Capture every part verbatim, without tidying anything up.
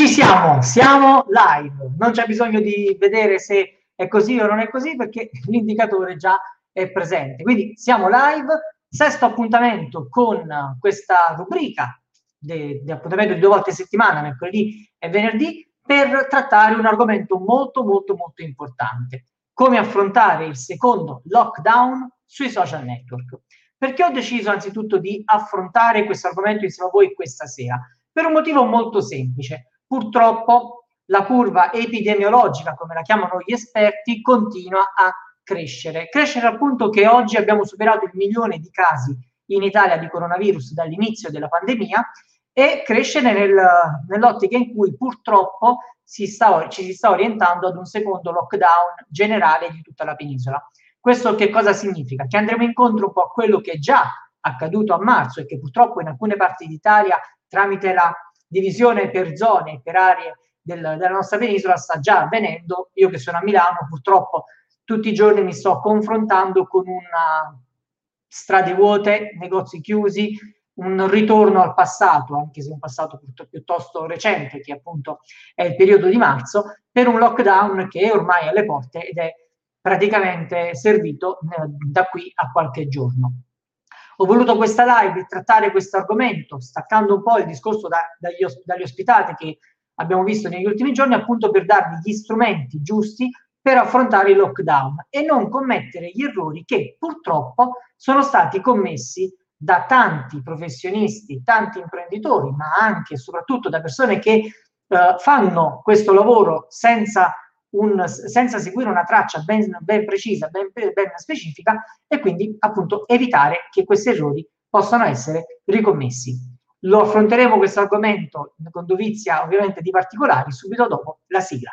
Ci siamo, siamo live, non c'è bisogno di vedere se è così o non è così perché l'indicatore già è presente. Quindi siamo live, sesto appuntamento con questa rubrica di appuntamento di due volte a settimana, mercoledì e venerdì, per trattare un argomento molto molto molto importante: come affrontare il secondo lockdown sui social network. Perché ho deciso anzitutto di affrontare questo argomento insieme a voi questa sera? Per un motivo molto semplice. Purtroppo la curva epidemiologica, come la chiamano gli esperti, continua a crescere. Crescere al punto che oggi abbiamo superato il milione di casi in Italia di coronavirus dall'inizio della pandemia e crescere nel, nell'ottica in cui purtroppo si sta, ci si sta orientando ad un secondo lockdown generale di tutta la penisola. Questo che cosa significa? Che andremo incontro un po' a quello che è già accaduto a marzo e che purtroppo in alcune parti d'Italia, tramite la divisione per zone, per aree del, della nostra penisola, sta già avvenendo. Io che sono a Milano, purtroppo tutti i giorni mi sto confrontando con una strade vuote, negozi chiusi, un ritorno al passato, anche se un passato piuttosto recente, che appunto è il periodo di marzo, per un lockdown che è ormai alle porte ed è praticamente servito eh, da qui a qualche giorno. Ho voluto questa live per trattare questo argomento, staccando un po' il discorso da, dagli, dagli ospitati che abbiamo visto negli ultimi giorni, appunto per darvi gli strumenti giusti per affrontare il lockdown e non commettere gli errori che purtroppo sono stati commessi da tanti professionisti, tanti imprenditori, ma anche e soprattutto da persone che eh, fanno questo lavoro senza, un, senza seguire una traccia ben, ben precisa, ben, ben specifica, e quindi appunto evitare che questi errori possano essere ricommessi. Lo affronteremo questo argomento con dovizia ovviamente di particolari subito dopo la sigla.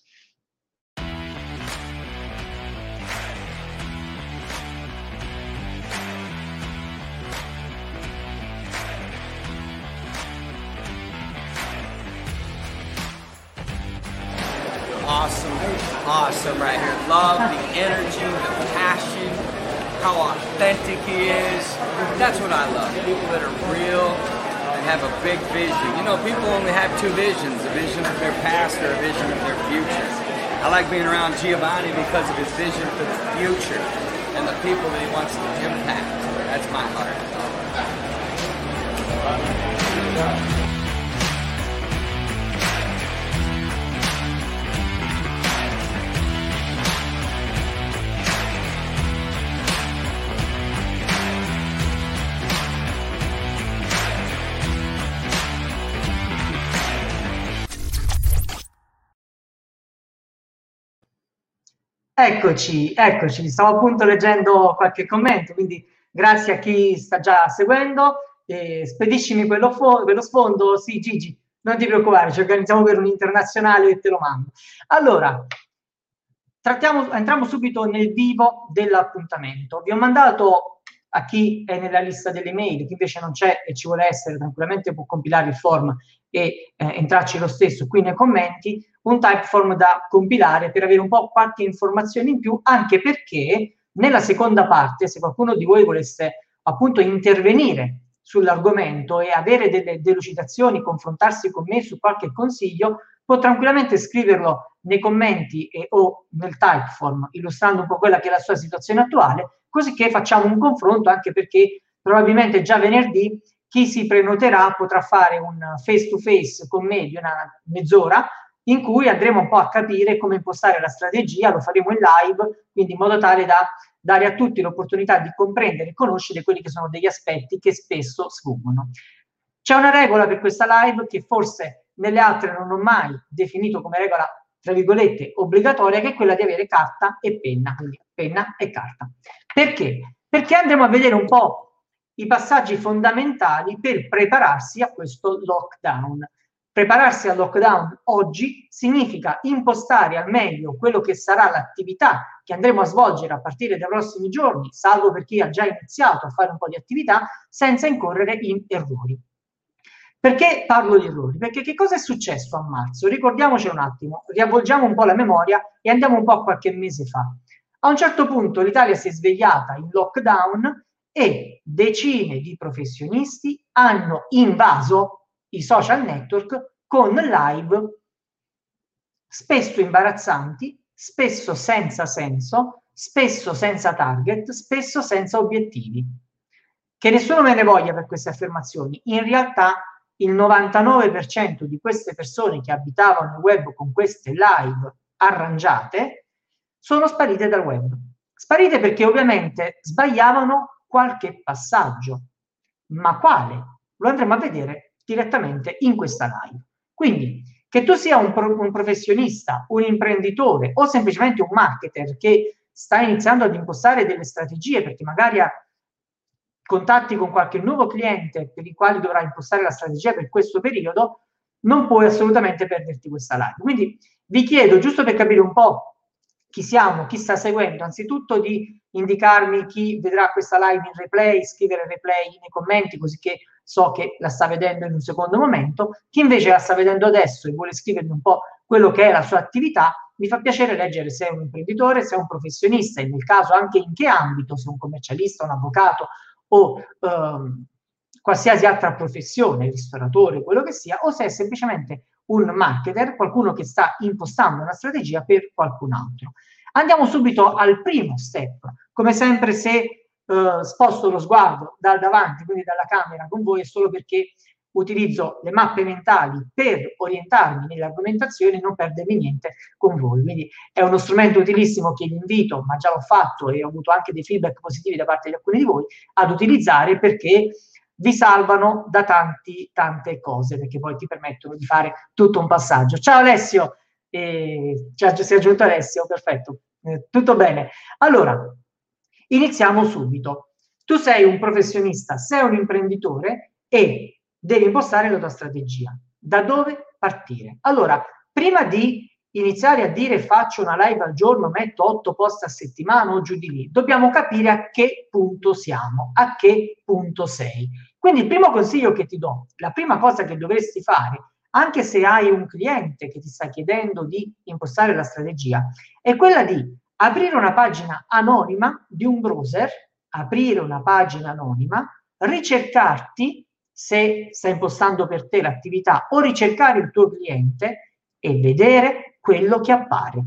Awesome, awesome right here. Love the energy, the passion, how authentic he is. That's what I love. People that are real and have a big vision. You know, people only have two visions, a vision of their past or a vision of their future. I like being around Giovanni because of his vision for the future and the people that he wants to impact. That's my heart. Eccoci, eccoci, stavo appunto leggendo qualche commento, quindi grazie a chi sta già seguendo. Eh, spediscimi quello, quello sfondo. Sì, Gigi, non ti preoccupare, ci organizziamo per un internazionale e te lo mando. Allora, trattiamo, entriamo subito nel vivo dell'appuntamento. Vi ho mandato, a chi è nella lista delle mail, chi invece non c'è e ci vuole essere, tranquillamente può compilare il form e eh, entrarci lo stesso qui nei commenti, un typeform da compilare per avere un po' qualche informazione in più, anche perché nella seconda parte, se qualcuno di voi volesse appunto intervenire sull'argomento e avere delle delucidazioni, confrontarsi con me su qualche consiglio, può tranquillamente scriverlo nei commenti e, o nel typeform, illustrando un po' quella che è la sua situazione attuale, così che facciamo un confronto, anche perché probabilmente già venerdì chi si prenoterà potrà fare un face to face con me di una mezz'ora, in cui andremo un po' a capire come impostare la strategia. Lo faremo in live, quindi in modo tale da dare a tutti l'opportunità di comprendere e conoscere quelli che sono degli aspetti che spesso sfuggono. C'è una regola per questa live che forse nelle altre non ho mai definito come regola, tra virgolette, obbligatoria, che è quella di avere carta e penna, quindi penna e carta. Perché? Perché andremo a vedere un po' i passaggi fondamentali per prepararsi a questo lockdown. Prepararsi al lockdown oggi significa impostare al meglio quello che sarà l'attività che andremo a svolgere a partire dai prossimi giorni, salvo per chi ha già iniziato a fare un po' di attività, senza incorrere in errori. Perché parlo di errori? Perché che cosa è successo a marzo? Ricordiamoci un attimo, riavvolgiamo un po' la memoria e andiamo un po' a qualche mese fa. A un certo punto l'Italia si è svegliata in lockdown e decine di professionisti hanno invaso i social network con live spesso imbarazzanti, spesso senza senso, spesso senza target, spesso senza obiettivi. Che nessuno me ne voglia per queste affermazioni. In realtà il novantanove per cento di queste persone che abitavano il web con queste live arrangiate sono sparite dal web. Sparite perché ovviamente sbagliavano qualche passaggio. Ma quale? Lo andremo a vedere direttamente in questa live. Quindi, che tu sia un, pro un professionista, un imprenditore o semplicemente un marketer che sta iniziando ad impostare delle strategie perché magari ha contatti con qualche nuovo cliente per i quali dovrai impostare la strategia per questo periodo, non puoi assolutamente perderti questa live. Quindi vi chiedo, giusto per capire un po' chi siamo, chi sta seguendo, anzitutto di indicarmi chi vedrà questa live in replay, scrivere replay nei commenti così che so che la sta vedendo in un secondo momento, chi invece la sta vedendo adesso e vuole scrivermi un po' quello che è la sua attività, mi fa piacere leggere se è un imprenditore, se è un professionista e nel caso anche in che ambito, se è un commercialista, un avvocato o ehm, qualsiasi altra professione, ristoratore, quello che sia, o se è semplicemente un marketer, qualcuno che sta impostando una strategia per qualcun altro. Andiamo subito al primo step. Come sempre, se eh, sposto lo sguardo dal davanti, quindi dalla camera con voi, è solo perché utilizzo le mappe mentali per orientarmi nelle argomentazioni e non perdermi niente con voi. Quindi è uno strumento utilissimo che vi invito, ma già l'ho fatto e ho avuto anche dei feedback positivi da parte di alcuni di voi, ad utilizzare perché vi salvano da tanti, tante cose, perché poi ti permettono di fare tutto un passaggio. Ciao Alessio, eh, ci è aggiunto Alessio, perfetto, eh, tutto bene. Allora, iniziamo subito. Tu sei un professionista, sei un imprenditore e devi impostare la tua strategia. Da dove partire? Allora, prima di iniziare a dire faccio una live al giorno, metto otto post a settimana o giù di lì, dobbiamo capire a che punto siamo, a che punto sei. Quindi il primo consiglio che ti do, la prima cosa che dovresti fare, anche se hai un cliente che ti sta chiedendo di impostare la strategia, è quella di aprire una pagina anonima di un browser, aprire una pagina anonima, ricercarti se sta impostando per te l'attività o ricercare il tuo cliente e vedere quello che appare.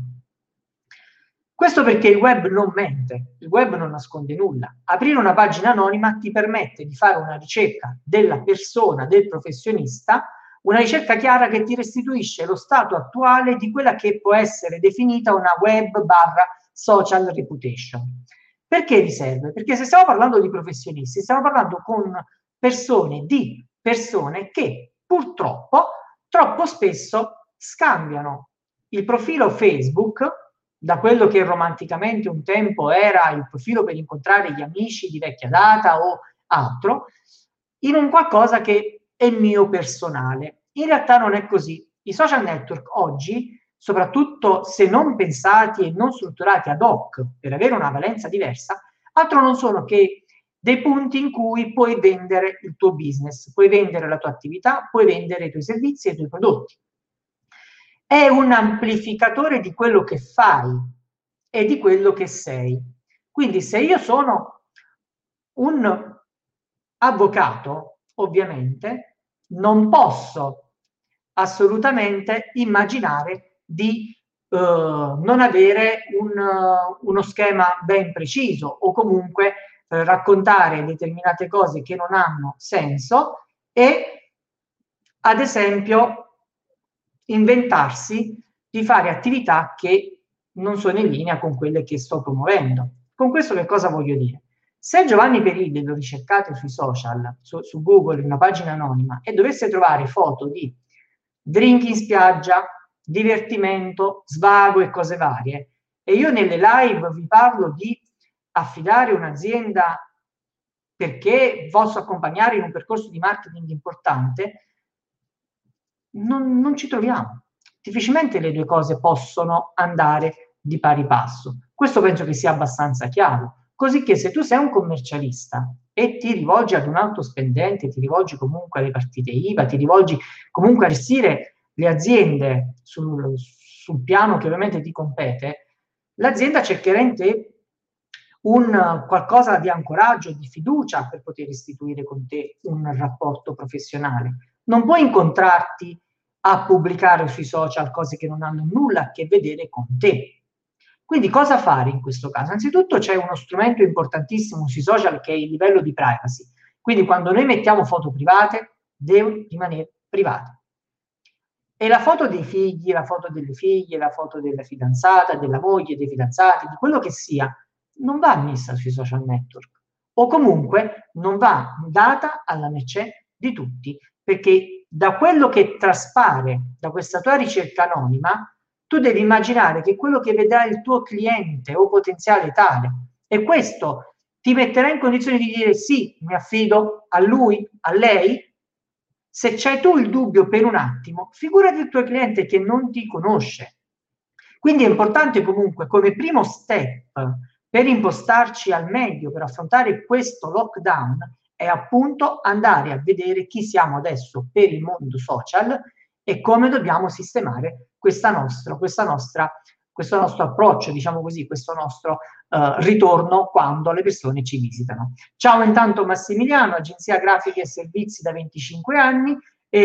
Questo perché il web non mente, il web non nasconde nulla. Aprire una pagina anonima ti permette di fare una ricerca della persona, del professionista, una ricerca chiara che ti restituisce lo stato attuale di quella che può essere definita una web barra social reputation. Perché vi serve? Perché se stiamo parlando di professionisti, stiamo parlando con persone di persone che purtroppo troppo spesso scambiano il profilo Facebook da quello che romanticamente un tempo era il profilo per incontrare gli amici di vecchia data o altro, in un qualcosa che è mio personale. In realtà non è così. I social network oggi, soprattutto se non pensati e non strutturati ad hoc per avere una valenza diversa, altro non sono che dei punti in cui puoi vendere il tuo business, puoi vendere la tua attività, puoi vendere i tuoi servizi e i tuoi prodotti. È un amplificatore di quello che fai e di quello che sei. Quindi se io sono un avvocato, ovviamente, non posso assolutamente immaginare di uh, non avere un, uh, uno schema ben preciso o comunque uh, raccontare determinate cose che non hanno senso e, ad esempio, inventarsi di fare attività che non sono in linea con quelle che sto promuovendo. Con questo che cosa voglio dire? Se Giovanni Perilli lo ricercate sui social, su, su Google, in una pagina anonima, e dovesse trovare foto di drink in spiaggia, divertimento, svago e cose varie, e io nelle live vi parlo di affidare un'azienda perché posso accompagnare in un percorso di marketing importante, non, non ci troviamo. Difficilmente le due cose possono andare di pari passo. Questo penso che sia abbastanza chiaro. Così che se tu sei un commercialista e ti rivolgi ad un alto spendente, ti rivolgi comunque alle partite I V A, ti rivolgi comunque a gestire le aziende sul, sul piano che ovviamente ti compete, l'azienda cercherà in te un qualcosa di ancoraggio, di fiducia per poter istituire con te un rapporto professionale. Non puoi incontrarti a pubblicare sui social cose che non hanno nulla a che vedere con te. Quindi cosa fare in questo caso? Anzitutto c'è uno strumento importantissimo sui social che è il livello di privacy. Quindi quando noi mettiamo foto private, devono rimanere private. E la foto dei figli, la foto delle figlie, la foto della fidanzata, della moglie, dei fidanzati, di quello che sia, non va messa sui social network. O comunque non va data alla mercé di tutti, perché da quello che traspare da questa tua ricerca anonima, tu devi immaginare che quello che vedrà il tuo cliente o potenziale tale, e questo ti metterà in condizione di dire sì, mi affido a lui, a lei. Se c'hai tu il dubbio per un attimo, figurati il tuo cliente che non ti conosce. Quindi è importante comunque come primo step per impostarci al meglio, per affrontare questo lockdown, è appunto andare a vedere chi siamo adesso per il mondo social e come dobbiamo sistemare questa nostra, questa nostra, questo nostro approccio, diciamo così, questo nostro uh, ritorno quando le persone ci visitano. Ciao intanto Massimiliano, agenzia grafiche e servizi da venticinque anni,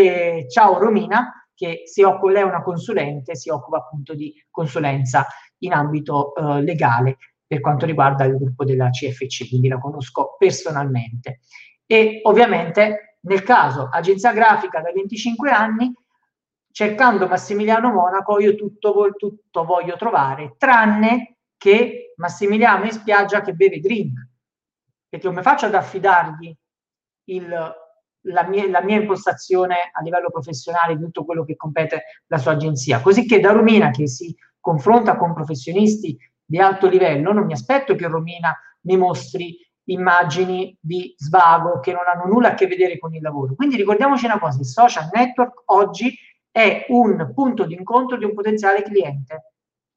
e ciao Romina, che si occupa, lei è una consulente, si occupa appunto di consulenza in ambito uh, legale per quanto riguarda il gruppo della C F C, quindi la conosco personalmente. E ovviamente nel caso agenzia grafica da venticinque anni, cercando Massimiliano Monaco, io tutto, tutto voglio trovare, tranne che Massimiliano in spiaggia che beve drink, perché come faccio ad affidargli il, la, mia, la mia impostazione a livello professionale di tutto quello che compete la sua agenzia? Così che da Romina, che si confronta con professionisti di alto livello, non mi aspetto che Romina mi mostri immagini di svago che non hanno nulla a che vedere con il lavoro. Quindi ricordiamoci una cosa, il social network oggi è un punto di incontro di un potenziale cliente.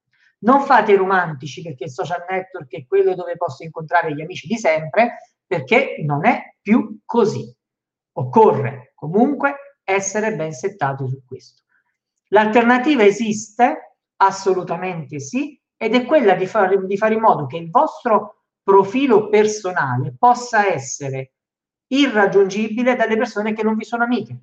Non fate i romantici perché il social network è quello dove posso incontrare gli amici di sempre, perché non è più così. Occorre comunque essere ben settati su questo. L'alternativa esiste? Assolutamente sì, ed è quella di fare, di fare in modo che il vostro profilo personale possa essere irraggiungibile dalle persone che non vi sono amiche.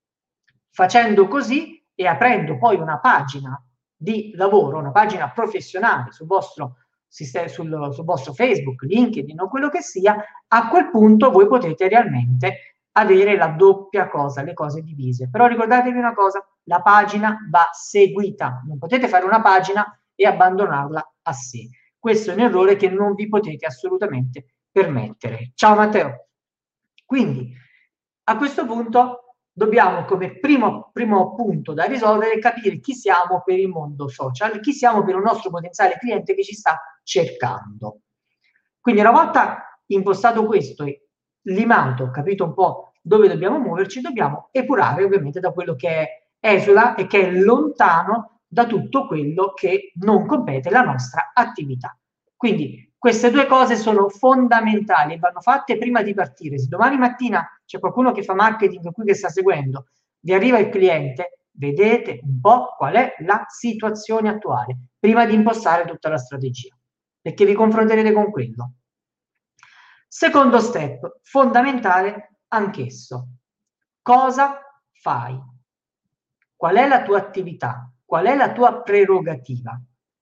Facendo così e aprendo poi una pagina di lavoro, una pagina professionale sul vostro, sul, sul vostro Facebook, LinkedIn o quello che sia, a quel punto voi potete realmente avere la doppia cosa, le cose divise. Però ricordatevi una cosa, la pagina va seguita, non potete fare una pagina e abbandonarla a sé. Questo è un errore che non vi potete assolutamente permettere. Ciao Matteo. Quindi, a questo punto dobbiamo come primo, primo punto da risolvere capire chi siamo per il mondo social, chi siamo per un nostro potenziale cliente che ci sta cercando. Quindi una volta impostato questo e limato, capito un po' dove dobbiamo muoverci, dobbiamo epurare ovviamente da quello che è esula e che è lontano da tutto quello che non compete la nostra attività. Quindi queste due cose sono fondamentali e vanno fatte prima di partire. Se domani mattina c'è qualcuno che fa marketing qui che sta seguendo, vi arriva il cliente, vedete un po' qual è la situazione attuale prima di impostare tutta la strategia, perché vi confronterete con quello. Secondo step, fondamentale anch'esso. Cosa fai? Qual è la tua attività? Qual è la tua prerogativa?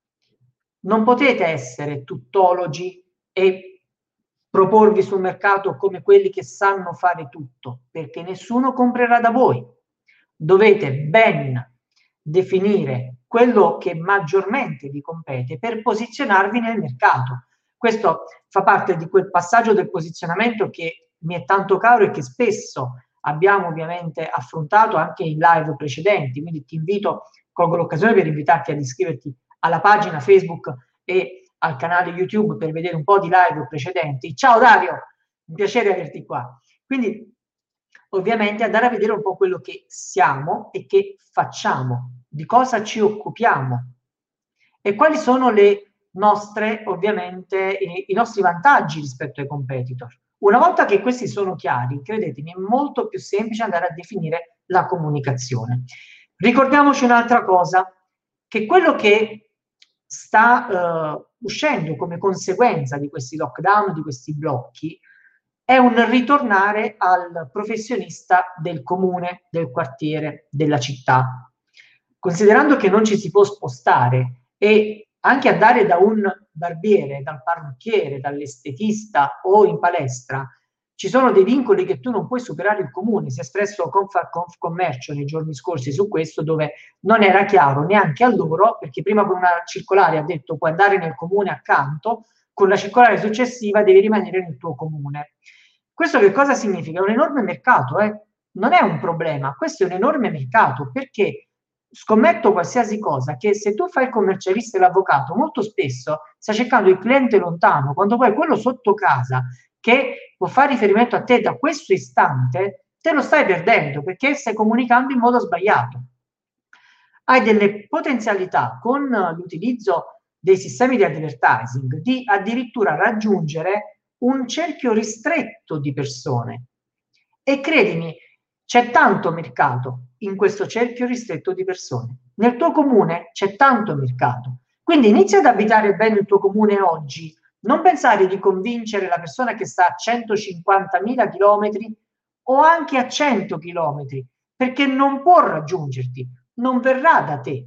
Non potete essere tuttologi e proporvi sul mercato come quelli che sanno fare tutto, perché nessuno comprerà da voi. Dovete ben definire quello che maggiormente vi compete per posizionarvi nel mercato. Questo fa parte di quel passaggio del posizionamento che mi è tanto caro e che spesso abbiamo ovviamente affrontato anche in live precedenti, quindi ti invito, colgo l'occasione per invitarti ad iscriverti alla pagina Facebook e al canale YouTube per vedere un po' di live precedenti. Ciao Dario, un piacere averti qua. Quindi ovviamente andare a vedere un po' quello che siamo e che facciamo, di cosa ci occupiamo e quali sono le nostre, ovviamente, i, i nostri vantaggi rispetto ai competitor. Una volta che questi sono chiari, credetemi, è molto più semplice andare a definire la comunicazione. Ricordiamoci un'altra cosa, che quello che sta uh, uscendo come conseguenza di questi lockdown, di questi blocchi, è un ritornare al professionista del comune, del quartiere, della città. considerando che non ci si può spostare e anche andare da un barbiere, dal parrucchiere, dall'estetista o in palestra, ci sono dei vincoli che tu non puoi superare il comune. Si è espresso Confcommercio nei giorni scorsi su questo, dove non era chiaro neanche a loro, perché prima con una circolare ha detto puoi andare nel comune accanto, con la circolare successiva devi rimanere nel tuo comune. Questo che cosa significa? È un enorme mercato, eh? Non è un problema, questo è un enorme mercato, perché scommetto qualsiasi cosa, che se tu fai il commercialista e l'avvocato, molto spesso stai cercando il cliente lontano, quando poi quello sotto casa, che può fare riferimento a te da questo istante, te lo stai perdendo, perché stai comunicando in modo sbagliato. Hai delle potenzialità con l'utilizzo dei sistemi di advertising di addirittura raggiungere un cerchio ristretto di persone. E credimi, c'è tanto mercato in questo cerchio ristretto di persone. Nel tuo comune c'è tanto mercato. Quindi inizia ad abitare bene il tuo comune oggi. Non pensare di convincere la persona che sta a centocinquantamila chilometri o anche a cento chilometri, perché non può raggiungerti, non verrà da te,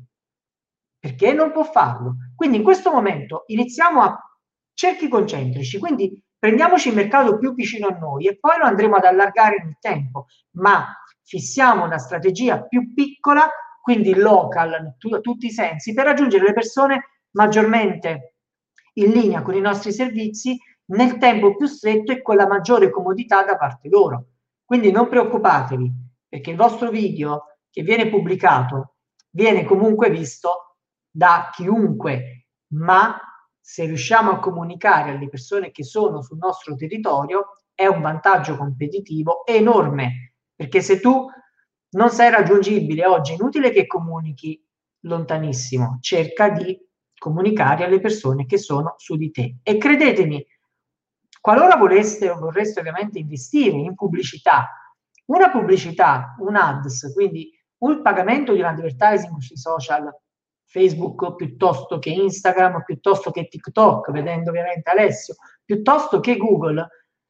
perché non può farlo. Quindi in questo momento iniziamo a cerchi concentrici, quindi prendiamoci il mercato più vicino a noi e poi lo andremo ad allargare nel tempo, ma fissiamo una strategia più piccola, quindi local in tutti i sensi, per raggiungere le persone maggiormente in linea con i nostri servizi nel tempo più stretto e con la maggiore comodità da parte loro. Quindi non preoccupatevi, perché il vostro video che viene pubblicato viene comunque visto da chiunque, ma se riusciamo a comunicare alle persone che sono sul nostro territorio è un vantaggio competitivo enorme, perché se tu non sei raggiungibile oggi è inutile che comunichi lontanissimo, cerca di comunicare alle persone che sono su di te. E credetemi, qualora voleste o vorreste ovviamente investire in pubblicità, una pubblicità, un ads, quindi un pagamento di un advertising sui social, Facebook piuttosto che Instagram, piuttosto che TikTok, vedendo ovviamente Alessio, piuttosto che Google,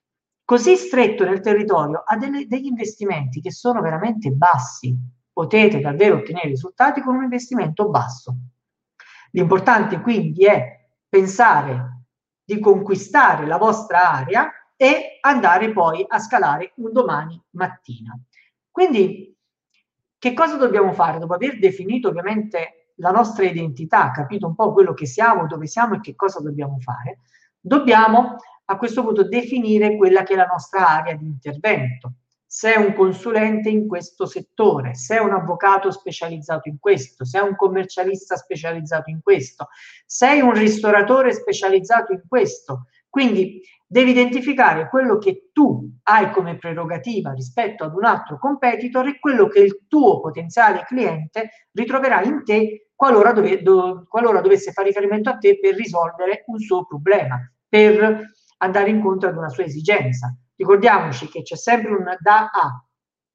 così stretto nel territorio, ha delle, degli investimenti che sono veramente bassi. Potete davvero ottenere risultati con un investimento basso. L'importante quindi è pensare di conquistare la vostra area e andare poi a scalare un domani mattina. Quindi, che cosa dobbiamo fare? Dopo aver definito ovviamente la nostra identità, capito un po' quello che siamo, dove siamo e che cosa dobbiamo fare, dobbiamo a questo punto definire quella che è la nostra area di intervento. Se è un consulente in questo settore, se è un avvocato specializzato in questo, se è un commercialista specializzato in questo, sei un ristoratore specializzato in questo. Quindi devi identificare quello che tu hai come prerogativa rispetto ad un altro competitor e quello che il tuo potenziale cliente ritroverà in te qualora, dove, do, qualora dovesse fare riferimento a te per risolvere un suo problema, per andare incontro ad una sua esigenza. Ricordiamoci che c'è sempre un da a,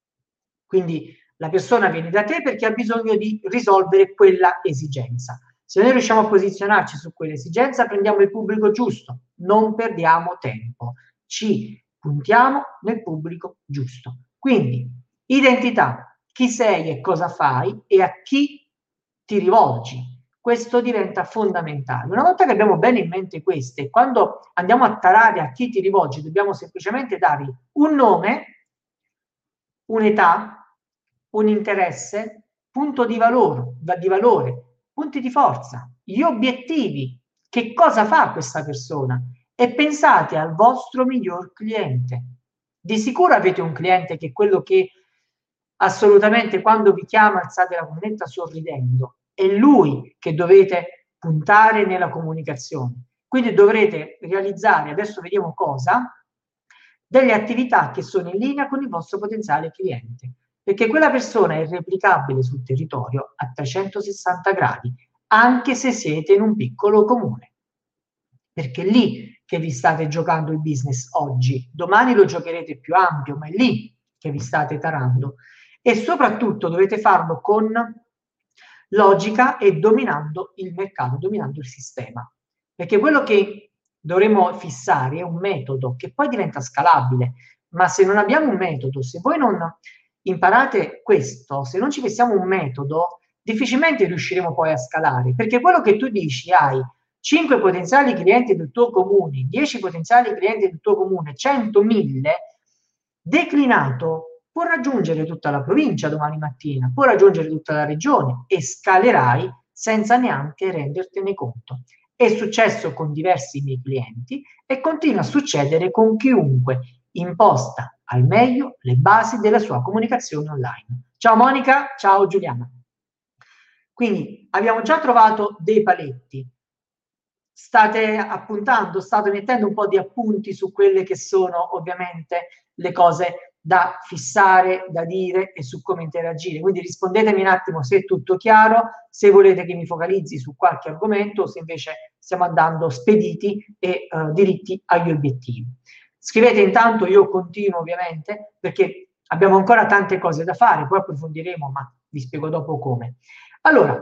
quindi la persona viene da te perché ha bisogno di risolvere quella esigenza. Se noi riusciamo a posizionarci su quell'esigenza, prendiamo il pubblico giusto, non perdiamo tempo, ci puntiamo nel pubblico giusto. Quindi, identità, chi sei e cosa fai e a chi ti rivolgi. Questo diventa fondamentale. Una volta che abbiamo bene in mente queste, quando andiamo a tarare a chi ti rivolgi, dobbiamo semplicemente dargli un nome, un'età, un interesse, punto di valore, di valore, punti di forza, gli obiettivi, che cosa fa questa persona e pensate al vostro miglior cliente. Di sicuro avete un cliente che è quello che assolutamente quando vi chiama alzate la cornetta sorridendo, è lui che dovete puntare nella comunicazione. Quindi dovrete realizzare, adesso vediamo cosa, delle attività che sono in linea con il vostro potenziale cliente, perché quella persona è replicabile sul territorio a trecentosessanta gradi, anche se siete in un piccolo comune, perché è lì che vi state giocando il business oggi, domani lo giocherete più ampio, ma è lì che vi state tarando e soprattutto dovete farlo con logica e dominando il mercato, dominando il sistema, perché quello che dovremo fissare è un metodo che poi diventa scalabile, ma se non abbiamo un metodo, se voi non imparate questo, se non ci fissiamo un metodo, difficilmente riusciremo poi a scalare, perché quello che tu dici, hai cinque potenziali clienti del tuo comune, dieci potenziali clienti del tuo comune, cento, mille, declinato può raggiungere tutta la provincia domani mattina, può raggiungere tutta la regione e scalerai senza neanche rendertene conto. È successo con diversi miei clienti e continua a succedere con chiunque imposta al meglio le basi della sua comunicazione online. Ciao Monica, ciao Giuliana. Quindi abbiamo già trovato dei paletti. State appuntando, state mettendo un po' di appunti su quelle che sono ovviamente le cose da fissare, da dire e su come interagire. Quindi rispondetemi un attimo se è tutto chiaro, se volete che mi focalizzi su qualche argomento o se invece stiamo andando spediti e uh, diritti agli obiettivi. Scrivete intanto, io continuo ovviamente perché abbiamo ancora tante cose da fare, poi approfondiremo, ma vi spiego dopo come. Allora,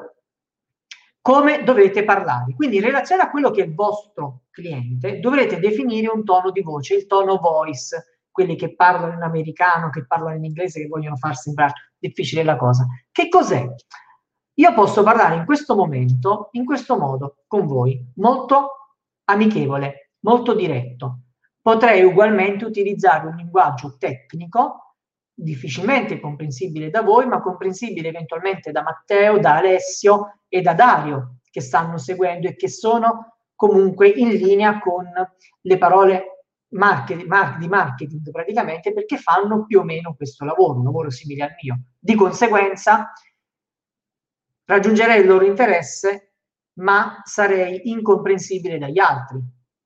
come dovete parlare? Quindi in relazione a quello che è il vostro cliente dovrete definire un tono di voce, il tono voice, quelli che parlano in americano, che parlano in inglese, che vogliono far sembrare difficile la cosa. Che cos'è? Io posso parlare in questo momento, in questo modo, con voi, molto amichevole, molto diretto. Potrei ugualmente utilizzare un linguaggio tecnico, difficilmente comprensibile da voi, ma comprensibile eventualmente da Matteo, da Alessio e da Dario, che stanno seguendo e che sono comunque in linea con le parole marketing, mar- di marketing praticamente, perché fanno più o meno questo lavoro, un lavoro simile al mio. Di conseguenza raggiungerei il loro interesse, ma sarei incomprensibile dagli altri.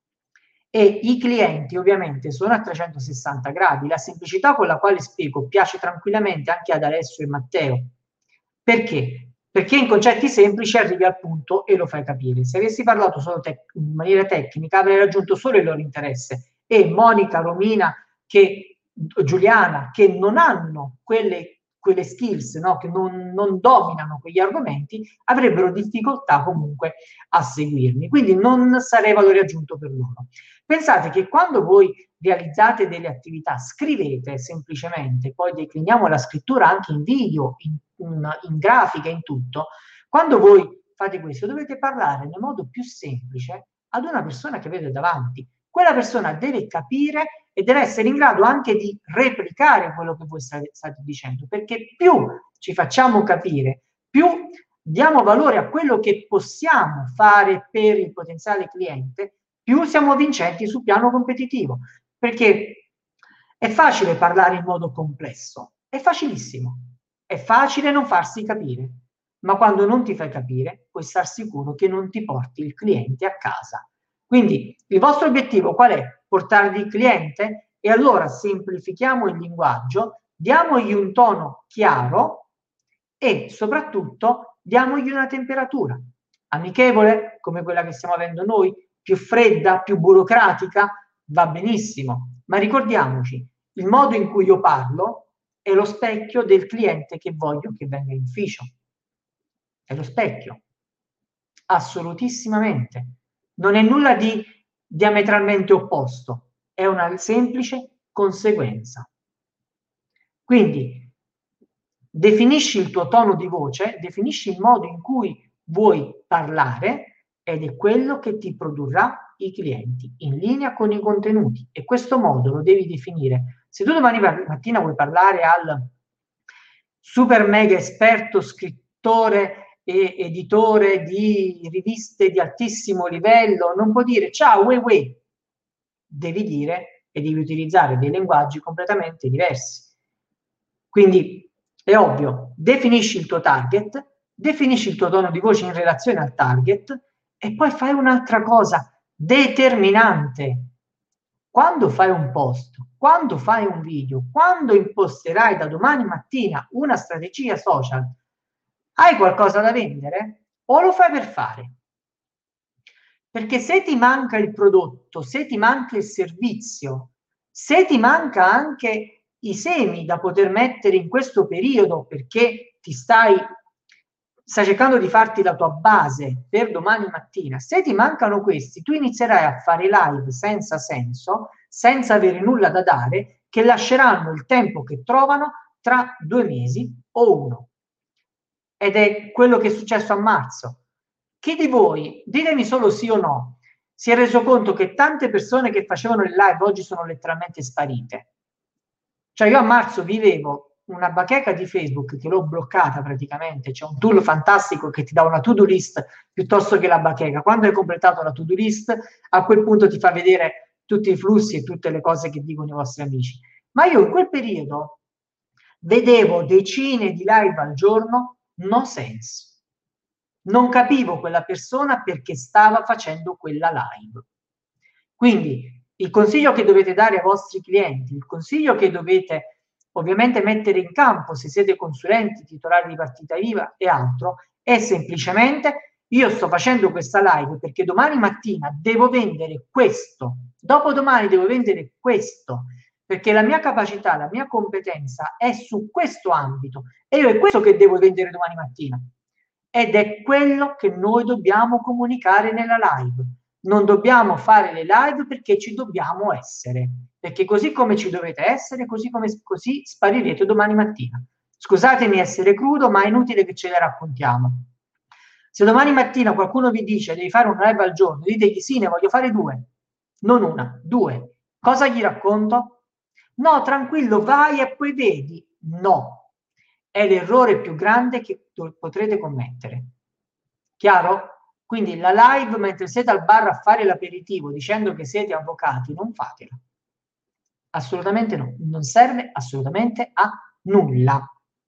E i clienti ovviamente sono a trecentosessanta gradi, la semplicità con la quale spiego piace tranquillamente anche ad Alessio e Matteo. Perché? Perché in concetti semplici arrivi al punto e lo fai capire. Se avessi parlato solo in maniera tecnica avrei raggiunto solo il loro interesse e Monica, Romina, che, Giuliana, che non hanno quelle quelle skills, no? Che non, non dominano quegli argomenti, avrebbero difficoltà comunque a seguirmi. Quindi non sarei valore aggiunto per loro. Pensate che quando voi realizzate delle attività, scrivete semplicemente, poi decliniamo la scrittura anche in video, in, in, in grafica, in tutto. Quando voi fate questo, dovete parlare nel modo più semplice ad una persona che avete davanti. Quella persona deve capire e deve essere in grado anche di replicare quello che voi state, state dicendo, perché più ci facciamo capire, più diamo valore a quello che possiamo fare per il potenziale cliente, più siamo vincenti sul piano competitivo, perché è facile parlare in modo complesso, è facilissimo, è facile non farsi capire, ma quando non ti fai capire puoi star sicuro che non ti porti il cliente a casa. Quindi il vostro obiettivo qual è? Portarvi il cliente? E allora semplifichiamo il linguaggio, diamogli un tono chiaro e soprattutto diamogli una temperatura amichevole, come quella che stiamo avendo noi, più fredda, più burocratica, va benissimo, ma ricordiamoci, il modo in cui io parlo è lo specchio del cliente che voglio che venga in ufficio. È lo specchio, assolutissimamente. Non è nulla di diametralmente opposto, è una semplice conseguenza. Quindi definisci il tuo tono di voce, definisci il modo in cui vuoi parlare ed è quello che ti produrrà i clienti in linea con i contenuti e questo modo lo devi definire. Se tu domani mattina vuoi parlare al super mega esperto scrittore e editore di riviste di altissimo livello, non può dire ciao uè uè, devi dire e devi utilizzare dei linguaggi completamente diversi. Quindi è ovvio, definisci il tuo target, definisci il tuo tono di voce in relazione al target e poi fai un'altra cosa determinante. Quando fai un post, quando fai un video, quando imposterai da domani mattina una strategia social, hai qualcosa da vendere o lo fai per fare? Perché se ti manca il prodotto, se ti manca il servizio, se ti manca anche i semi da poter mettere in questo periodo perché ti stai, stai cercando di farti la tua base per domani mattina, se ti mancano questi, tu inizierai a fare live senza senso, senza avere nulla da dare, che lasceranno il tempo che trovano tra due mesi o uno. ed è quello che è successo a marzo. Chi di voi, ditemi solo sì o no, si è reso conto che tante persone che facevano il live oggi sono letteralmente sparite? Cioè io a marzo vivevo una bacheca di Facebook che l'ho bloccata praticamente, c'è un tool fantastico che ti dà una to-do list piuttosto che la bacheca. Quando hai completato la to-do list, a quel punto ti fa vedere tutti i flussi e tutte le cose che dicono i vostri amici. Ma io in quel periodo vedevo decine di live al giorno, no sense. Non capivo quella persona perché stava facendo quella live. Quindi il consiglio che dovete dare ai vostri clienti, il consiglio che dovete ovviamente mettere in campo se siete consulenti, titolari di partita I V A e altro, è semplicemente: io sto facendo questa live perché domani mattina devo vendere questo, dopodomani devo vendere questo, perché la mia capacità, la mia competenza è su questo ambito e io è questo che devo vendere domani mattina. Ed è quello che noi dobbiamo comunicare nella live. Non dobbiamo fare le live perché ci dobbiamo essere, perché così come ci dovete essere, così come così sparirete domani mattina. Scusatemi essere crudo, ma è inutile che ce le raccontiamo. Se domani mattina qualcuno vi dice devi fare un live al giorno, ditegli sì, ne voglio fare due, non una, due. Cosa gli racconto? No, tranquillo, vai e poi vedi. No, è l'errore più grande che potrete commettere. Chiaro? Quindi la live mentre siete al bar a fare l'aperitivo dicendo che siete avvocati, non fatela. Assolutamente no, non serve assolutamente a nulla.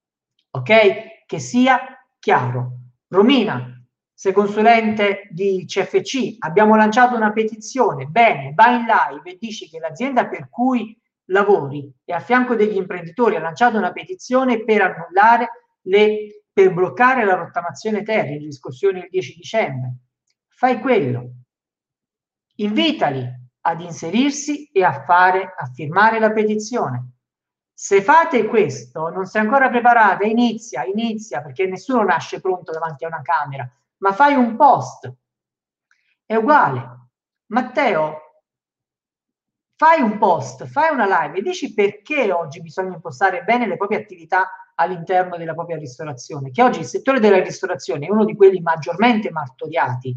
Ok? Che sia chiaro. Romina, sei consulente di C F C, abbiamo lanciato una petizione, bene, vai in live e dici che l'azienda per cui lavori e a fianco degli imprenditori ha lanciato una petizione per annullare le, per bloccare la rottamazione ter in riscossione il dieci dicembre. Fai quello. Invitali ad inserirsi e a fare, a firmare la petizione. Se fate questo, non sei ancora preparata, inizia, inizia, perché nessuno nasce pronto davanti a una camera, ma fai un post. È uguale. Matteo, fai un post, fai una live e dici perché oggi bisogna impostare bene le proprie attività all'interno della propria ristorazione, che oggi il settore della ristorazione è uno di quelli maggiormente martoriati.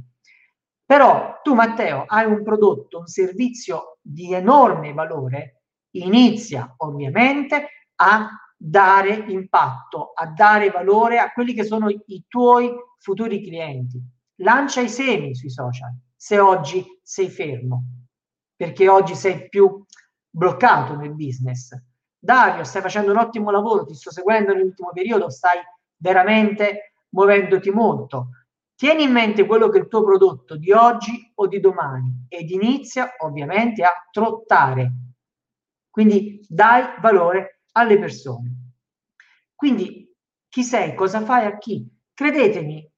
Però tu, Matteo, hai un prodotto, un servizio di enorme valore, inizia ovviamente a dare impatto, a dare valore a quelli che sono i tuoi futuri clienti. Lancia i semi sui social, se oggi sei fermo, perché oggi sei più bloccato nel business. Dario, stai facendo un ottimo lavoro, ti sto seguendo nell'ultimo periodo, stai veramente muovendoti molto. Tieni in mente quello che è il tuo prodotto di oggi o di domani ed inizia ovviamente a trottare. Quindi dai valore alle persone. Quindi chi sei, cosa fai a chi? Credetemi,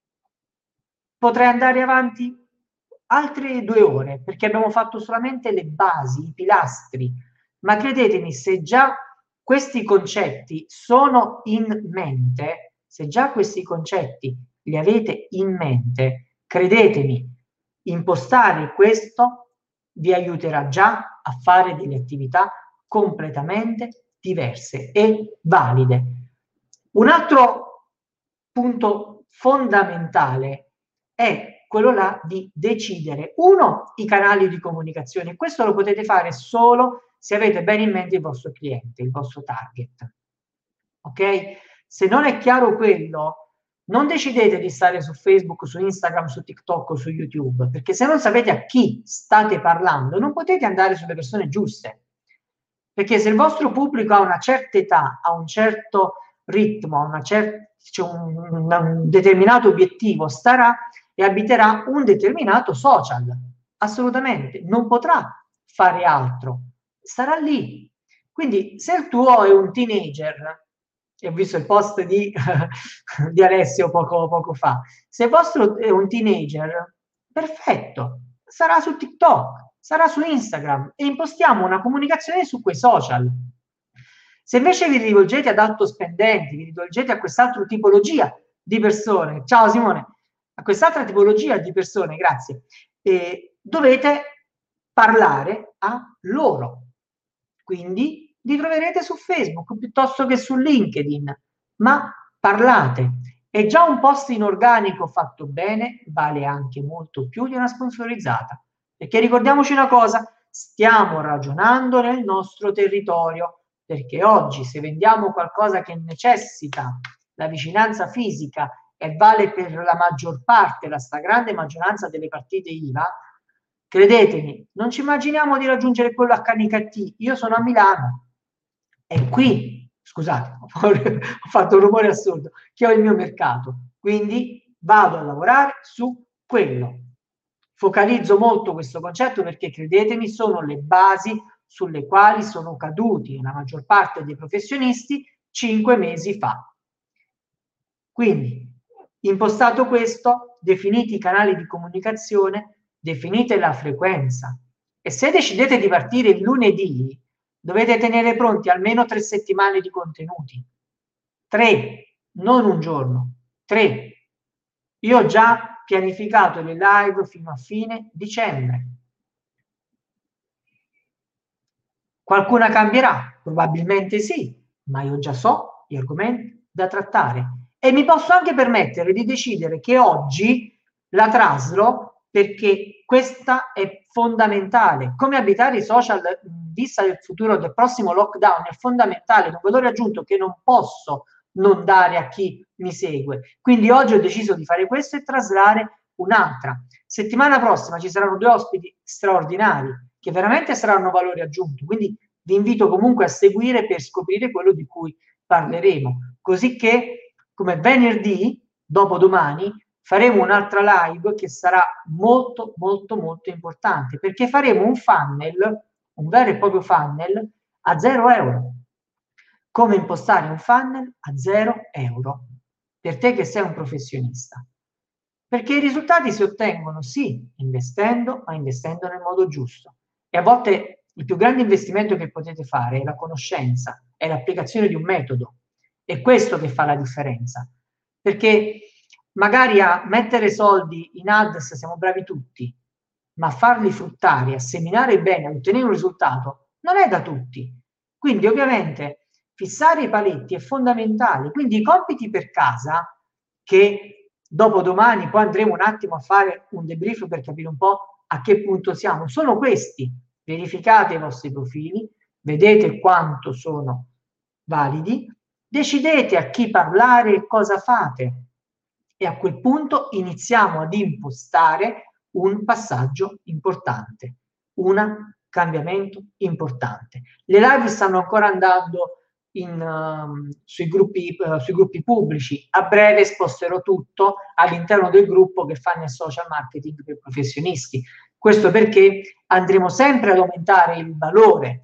potrei andare avanti altre due ore perché abbiamo fatto solamente le basi, i pilastri, ma credetemi, se già questi concetti sono in mente, se già questi concetti li avete in mente, credetemi, impostare questo vi aiuterà già a fare delle attività completamente diverse e valide. Un altro punto fondamentale è quello là di decidere, uno, i canali di comunicazione. Questo lo potete fare solo se avete bene in mente il vostro cliente, il vostro target. Ok? Se non è chiaro quello, non decidete di stare su Facebook, su Instagram, su TikTok o su YouTube, perché se non sapete a chi state parlando, non potete andare sulle persone giuste. Perché se il vostro pubblico ha una certa età, ha un certo ritmo, una cer- cioè un, un determinato obiettivo, starà e abiterà un determinato social. Assolutamente, non potrà fare altro, starà lì. Quindi se il tuo è un teenager, e ho visto il post di, di Alessio poco, poco fa, se il vostro è un teenager, perfetto, sarà su TikTok, sarà su Instagram e impostiamo una comunicazione su quei social. Se invece vi rivolgete ad alto spendenti, vi rivolgete a quest'altra tipologia di persone, ciao Simone, a quest'altra tipologia di persone, grazie, eh, dovete parlare a loro. Quindi li troverete su Facebook piuttosto che su LinkedIn, ma parlate E già un post in organico fatto bene vale anche molto più di una sponsorizzata. Perché ricordiamoci una cosa, stiamo ragionando nel nostro territorio, perché oggi se vendiamo qualcosa che necessita la vicinanza fisica e vale per la maggior parte, la stragrande maggioranza delle partite I V A, credetemi, non ci immaginiamo di raggiungere quello a Canicattì. Io sono a Milano e qui, scusate, ho fatto un rumore assurdo, che ho il mio mercato, quindi vado a lavorare su quello. Focalizzo molto questo concetto perché, credetemi, sono le basi sulle quali sono caduti la maggior parte dei professionisti cinque mesi fa. Quindi, impostato questo, definiti i canali di comunicazione, definite la frequenza e se decidete di partire il lunedì, dovete tenere pronti almeno tre settimane di contenuti. Tre, non un giorno, tre. Io ho già pianificato le live fino a fine dicembre. Qualcuna cambierà? Probabilmente sì, ma io già so gli argomenti da trattare e mi posso anche permettere di decidere che oggi la traslo perché questa è fondamentale. Come abitare i social in vista del futuro del prossimo lockdown è fondamentale, un valore aggiunto che non posso non dare a chi mi segue. Quindi oggi ho deciso di fare questo e traslare un'altra. Settimana prossima ci saranno due ospiti straordinari che veramente saranno valore aggiunto, quindi vi invito comunque a seguire per scoprire quello di cui parleremo, così che come venerdì, dopodomani, faremo un'altra live che sarà molto molto molto importante, perché faremo un funnel, un vero e proprio funnel a zero euro. Come impostare un funnel a zero euro per te che sei un professionista. Perché i risultati si ottengono sì investendo, ma investendo nel modo giusto. E a volte il più grande investimento che potete fare è la conoscenza, è l'applicazione di un metodo. È questo che fa la differenza. Perché magari a mettere soldi in ads siamo bravi tutti, ma a farli fruttare, a seminare bene, a ottenere un risultato, non è da tutti. Quindi ovviamente fissare i paletti è fondamentale. Quindi i compiti per casa, che dopo domani poi andremo un attimo a fare un debrief per capire un po' a che punto siamo, sono questi. Verificate i vostri profili, vedete quanto sono validi, decidete a chi parlare e cosa fate e a quel punto iniziamo ad impostare un passaggio importante, un cambiamento importante. Le live stanno ancora andando in, um, sui, gruppi, uh, sui gruppi pubblici, a breve sposterò tutto all'interno del gruppo che fa nel social marketing per professionisti. Questo perché andremo sempre ad aumentare il valore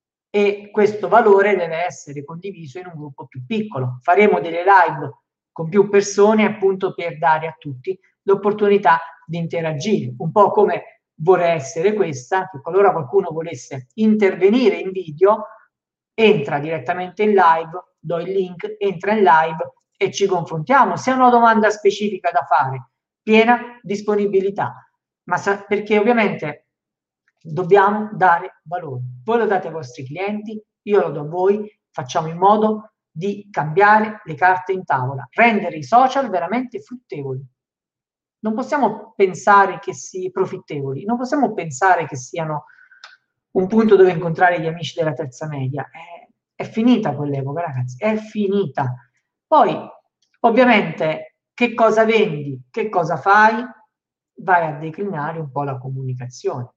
e questo valore deve essere condiviso in un gruppo più piccolo. Faremo delle live con più persone appunto per dare a tutti l'opportunità di interagire, un po' come vorrei essere questa, che qualora qualcuno volesse intervenire in video, entra direttamente in live, do il link, entra in live e ci confrontiamo. Se ha una domanda specifica da fare, piena disponibilità, ma sa- perché ovviamente dobbiamo dare valore. Voi lo date ai vostri clienti, io lo do a voi, facciamo in modo di cambiare le carte in tavola, rendere i social veramente fruttevoli. Non possiamo pensare che si profittevoli, non possiamo pensare che siano un punto dove incontrare gli amici della terza media. È, è finita quell'epoca, ragazzi, è finita. Poi, ovviamente, che cosa vendi, che cosa fai, vai a declinare un po' la comunicazione.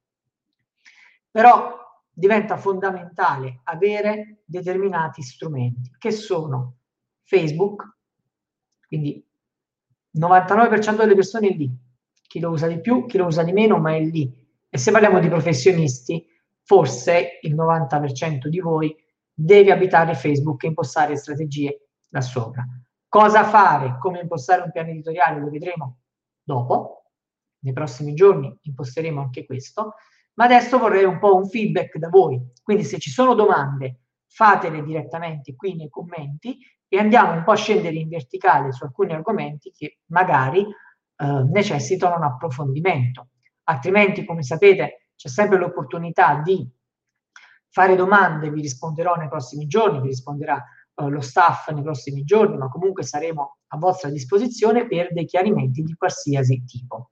Però diventa fondamentale avere determinati strumenti, che sono Facebook, quindi il novantanove per cento delle persone è lì, chi lo usa di più, chi lo usa di meno, ma è lì. E se parliamo di professionisti, forse il novanta per cento di voi deve abitare Facebook e impostare strategie da sopra. Cosa fare, come impostare un piano editoriale, lo vedremo dopo, nei prossimi giorni imposteremo anche questo, ma adesso vorrei un po' un feedback da voi, quindi se ci sono domande fatele direttamente qui nei commenti e andiamo un po' a scendere in verticale su alcuni argomenti che magari eh, necessitano un approfondimento, altrimenti come sapete c'è sempre l'opportunità di fare domande, vi risponderò nei prossimi giorni, vi risponderà eh, lo staff nei prossimi giorni, ma comunque saremo a vostra disposizione per dei chiarimenti di qualsiasi tipo.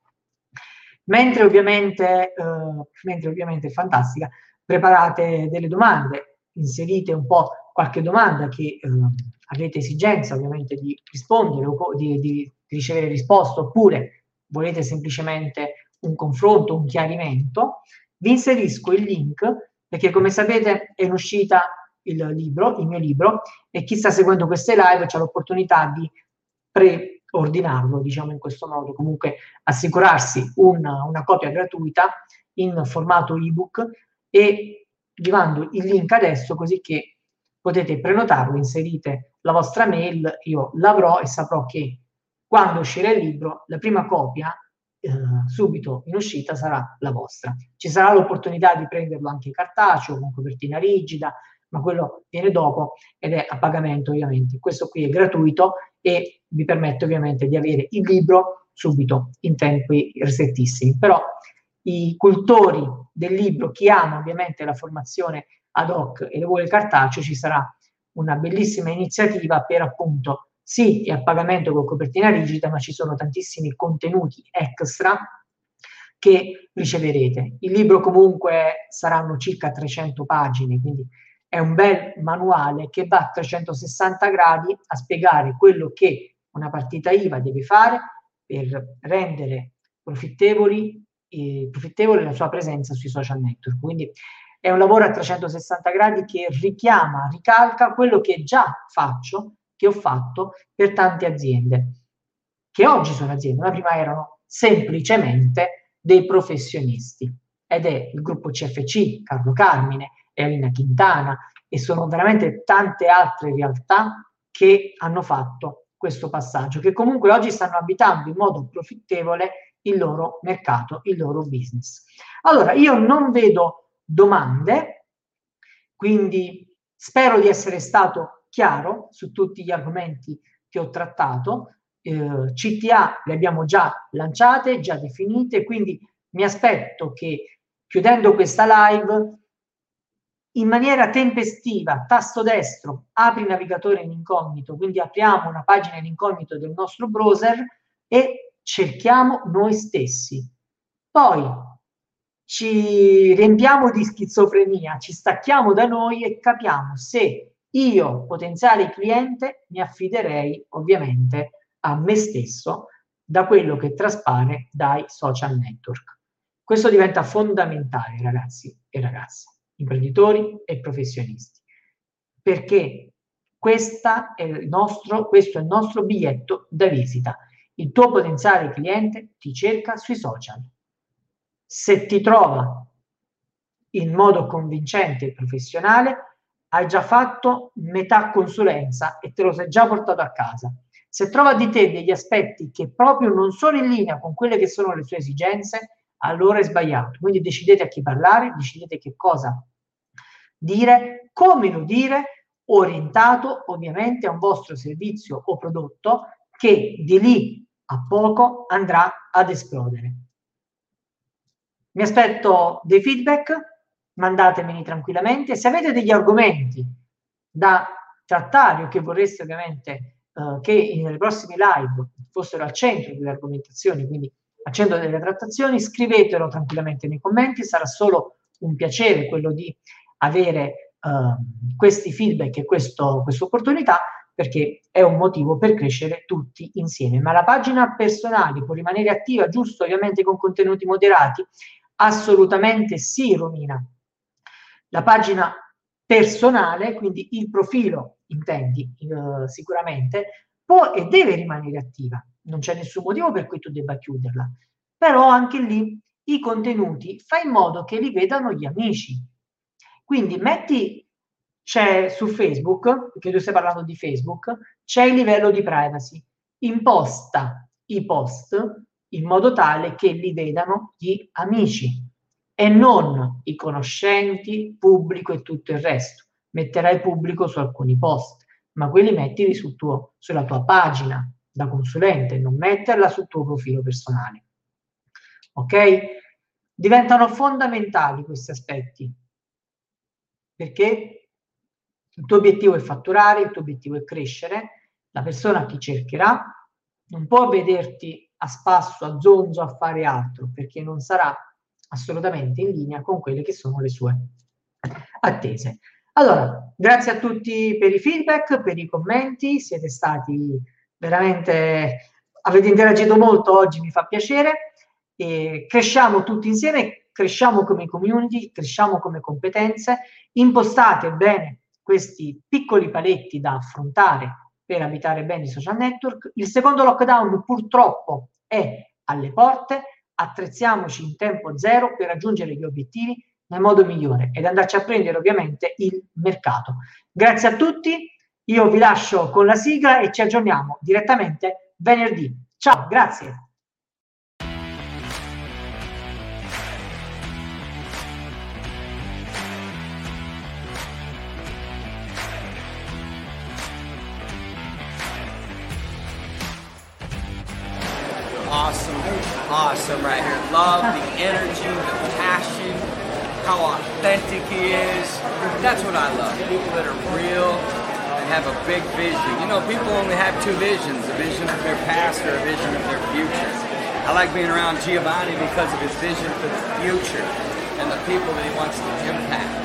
Mentre ovviamente, eh, mentre ovviamente è fantastica, preparate delle domande, inserite un po' qualche domanda che eh, avete esigenza ovviamente di rispondere o di, di ricevere risposta, oppure volete semplicemente un confronto, un chiarimento. Vi inserisco il link perché, come sapete, è in uscita il libro, il mio libro, e chi sta seguendo queste live c'ha l'opportunità di preordinarlo, diciamo in questo modo, comunque assicurarsi una, una copia gratuita in formato ebook, e vi mando il link adesso così che potete prenotarlo, inserite la vostra mail, io l'avrò e saprò che quando uscirà il libro la prima copia eh, subito in uscita sarà la vostra. Ci sarà l'opportunità di prenderlo anche cartaceo con copertina rigida, ma quello viene dopo ed è a pagamento ovviamente. Questo qui è gratuito e vi permette ovviamente di avere il libro subito in tempi ristrettissimi. Però i cultori del libro, chi ama ovviamente la formazione ad hoc e lo vuole cartaceo, ci sarà una bellissima iniziativa per appunto, sì, è a pagamento con copertina rigida, ma ci sono tantissimi contenuti extra che riceverete. Il libro comunque saranno circa trecento pagine, quindi è un bel manuale che va a trecentosessanta gradi a spiegare quello che una partita I V A deve fare per rendere profittevoli, eh, profittevole la sua presenza sui social network. Quindi è un lavoro a trecentosessanta gradi che richiama, ricalca quello che già faccio, che ho fatto per tante aziende, che oggi sono aziende, ma prima erano semplicemente dei professionisti. Ed è il gruppo C F C, Carlo Carmine, Elena Quintana, e sono veramente tante altre realtà che hanno fatto questo passaggio, che comunque oggi stanno abitando in modo profittevole il loro mercato, il loro business. Allora, io non vedo domande, quindi spero di essere stato chiaro su tutti gli argomenti che ho trattato. Eh, C T A le abbiamo già lanciate, già definite, quindi mi aspetto che chiudendo questa live, in maniera tempestiva, tasto destro, apri il navigatore in incognito, quindi apriamo una pagina in incognito del nostro browser e cerchiamo noi stessi. Poi ci riempiamo di schizofrenia, ci stacchiamo da noi e capiamo se io, potenziale cliente, mi affiderei ovviamente a me stesso da quello che traspare dai social network. Questo diventa fondamentale, ragazzi e ragazze, imprenditori e professionisti, perché questa è il nostro, questo è il nostro biglietto da visita. Il tuo potenziale cliente ti cerca sui social. Se ti trova in modo convincente e professionale, hai già fatto metà consulenza e te lo sei già portato a casa. Se trova di te degli aspetti che proprio non sono in linea con quelle che sono le sue esigenze, allora è sbagliato. Quindi decidete a chi parlare, decidete che cosa dire, come lo dire, orientato ovviamente a un vostro servizio o prodotto che di lì a poco andrà ad esplodere. Mi aspetto dei feedback, mandatemeli tranquillamente. Se avete degli argomenti da trattare o che vorreste ovviamente eh, che nelle prossime live fossero al centro delle argomentazioni, quindi al centro delle trattazioni, scrivetelo tranquillamente nei commenti. Sarà solo un piacere quello di avere eh, questi feedback e questa opportunità, perché è un motivo per crescere tutti insieme. Ma la pagina personale può rimanere attiva, giusto, ovviamente con contenuti moderati? Assolutamente sì, Romina. La pagina personale, quindi il profilo, intendi, eh, sicuramente, può e deve rimanere attiva. Non c'è nessun motivo per cui tu debba chiuderla. Però anche lì i contenuti fai in modo che li vedano gli amici. Quindi metti, c'è su Facebook, perché tu stai parlando di Facebook, c'è il livello di privacy. Imposta i post in modo tale che li vedano gli amici e non i conoscenti, pubblico e tutto il resto. Metterai pubblico su alcuni post, ma quelli mettili sul tuo, sulla tua pagina da consulente, non metterla sul tuo profilo personale. Ok? Diventano fondamentali questi aspetti, perché il tuo obiettivo è fatturare, il tuo obiettivo è crescere, la persona ti cercherà, non può vederti a spasso, a zonzo, a fare altro, perché non sarà assolutamente in linea con quelle che sono le sue attese. Allora, grazie a tutti per i feedback, per i commenti, siete stati veramente, avete interagito molto oggi, mi fa piacere, e cresciamo tutti insieme, cresciamo come community, cresciamo come competenze, impostate bene questi piccoli paletti da affrontare per abitare bene i social network. Il secondo lockdown purtroppo è alle porte, attrezziamoci in tempo zero per raggiungere gli obiettivi nel modo migliore ed andarci a prendere ovviamente il mercato. Grazie a tutti, io vi lascio con la sigla e ci aggiorniamo direttamente venerdì. Ciao, grazie. Awesome, awesome right here. Love the energy, the passion, how authentic he is. That's what I love. People that are real and have a big vision. You know, people only have two visions, a vision of their past or a vision of their future. I like being around Giovanni because of his vision for the future and the people that he wants to impact.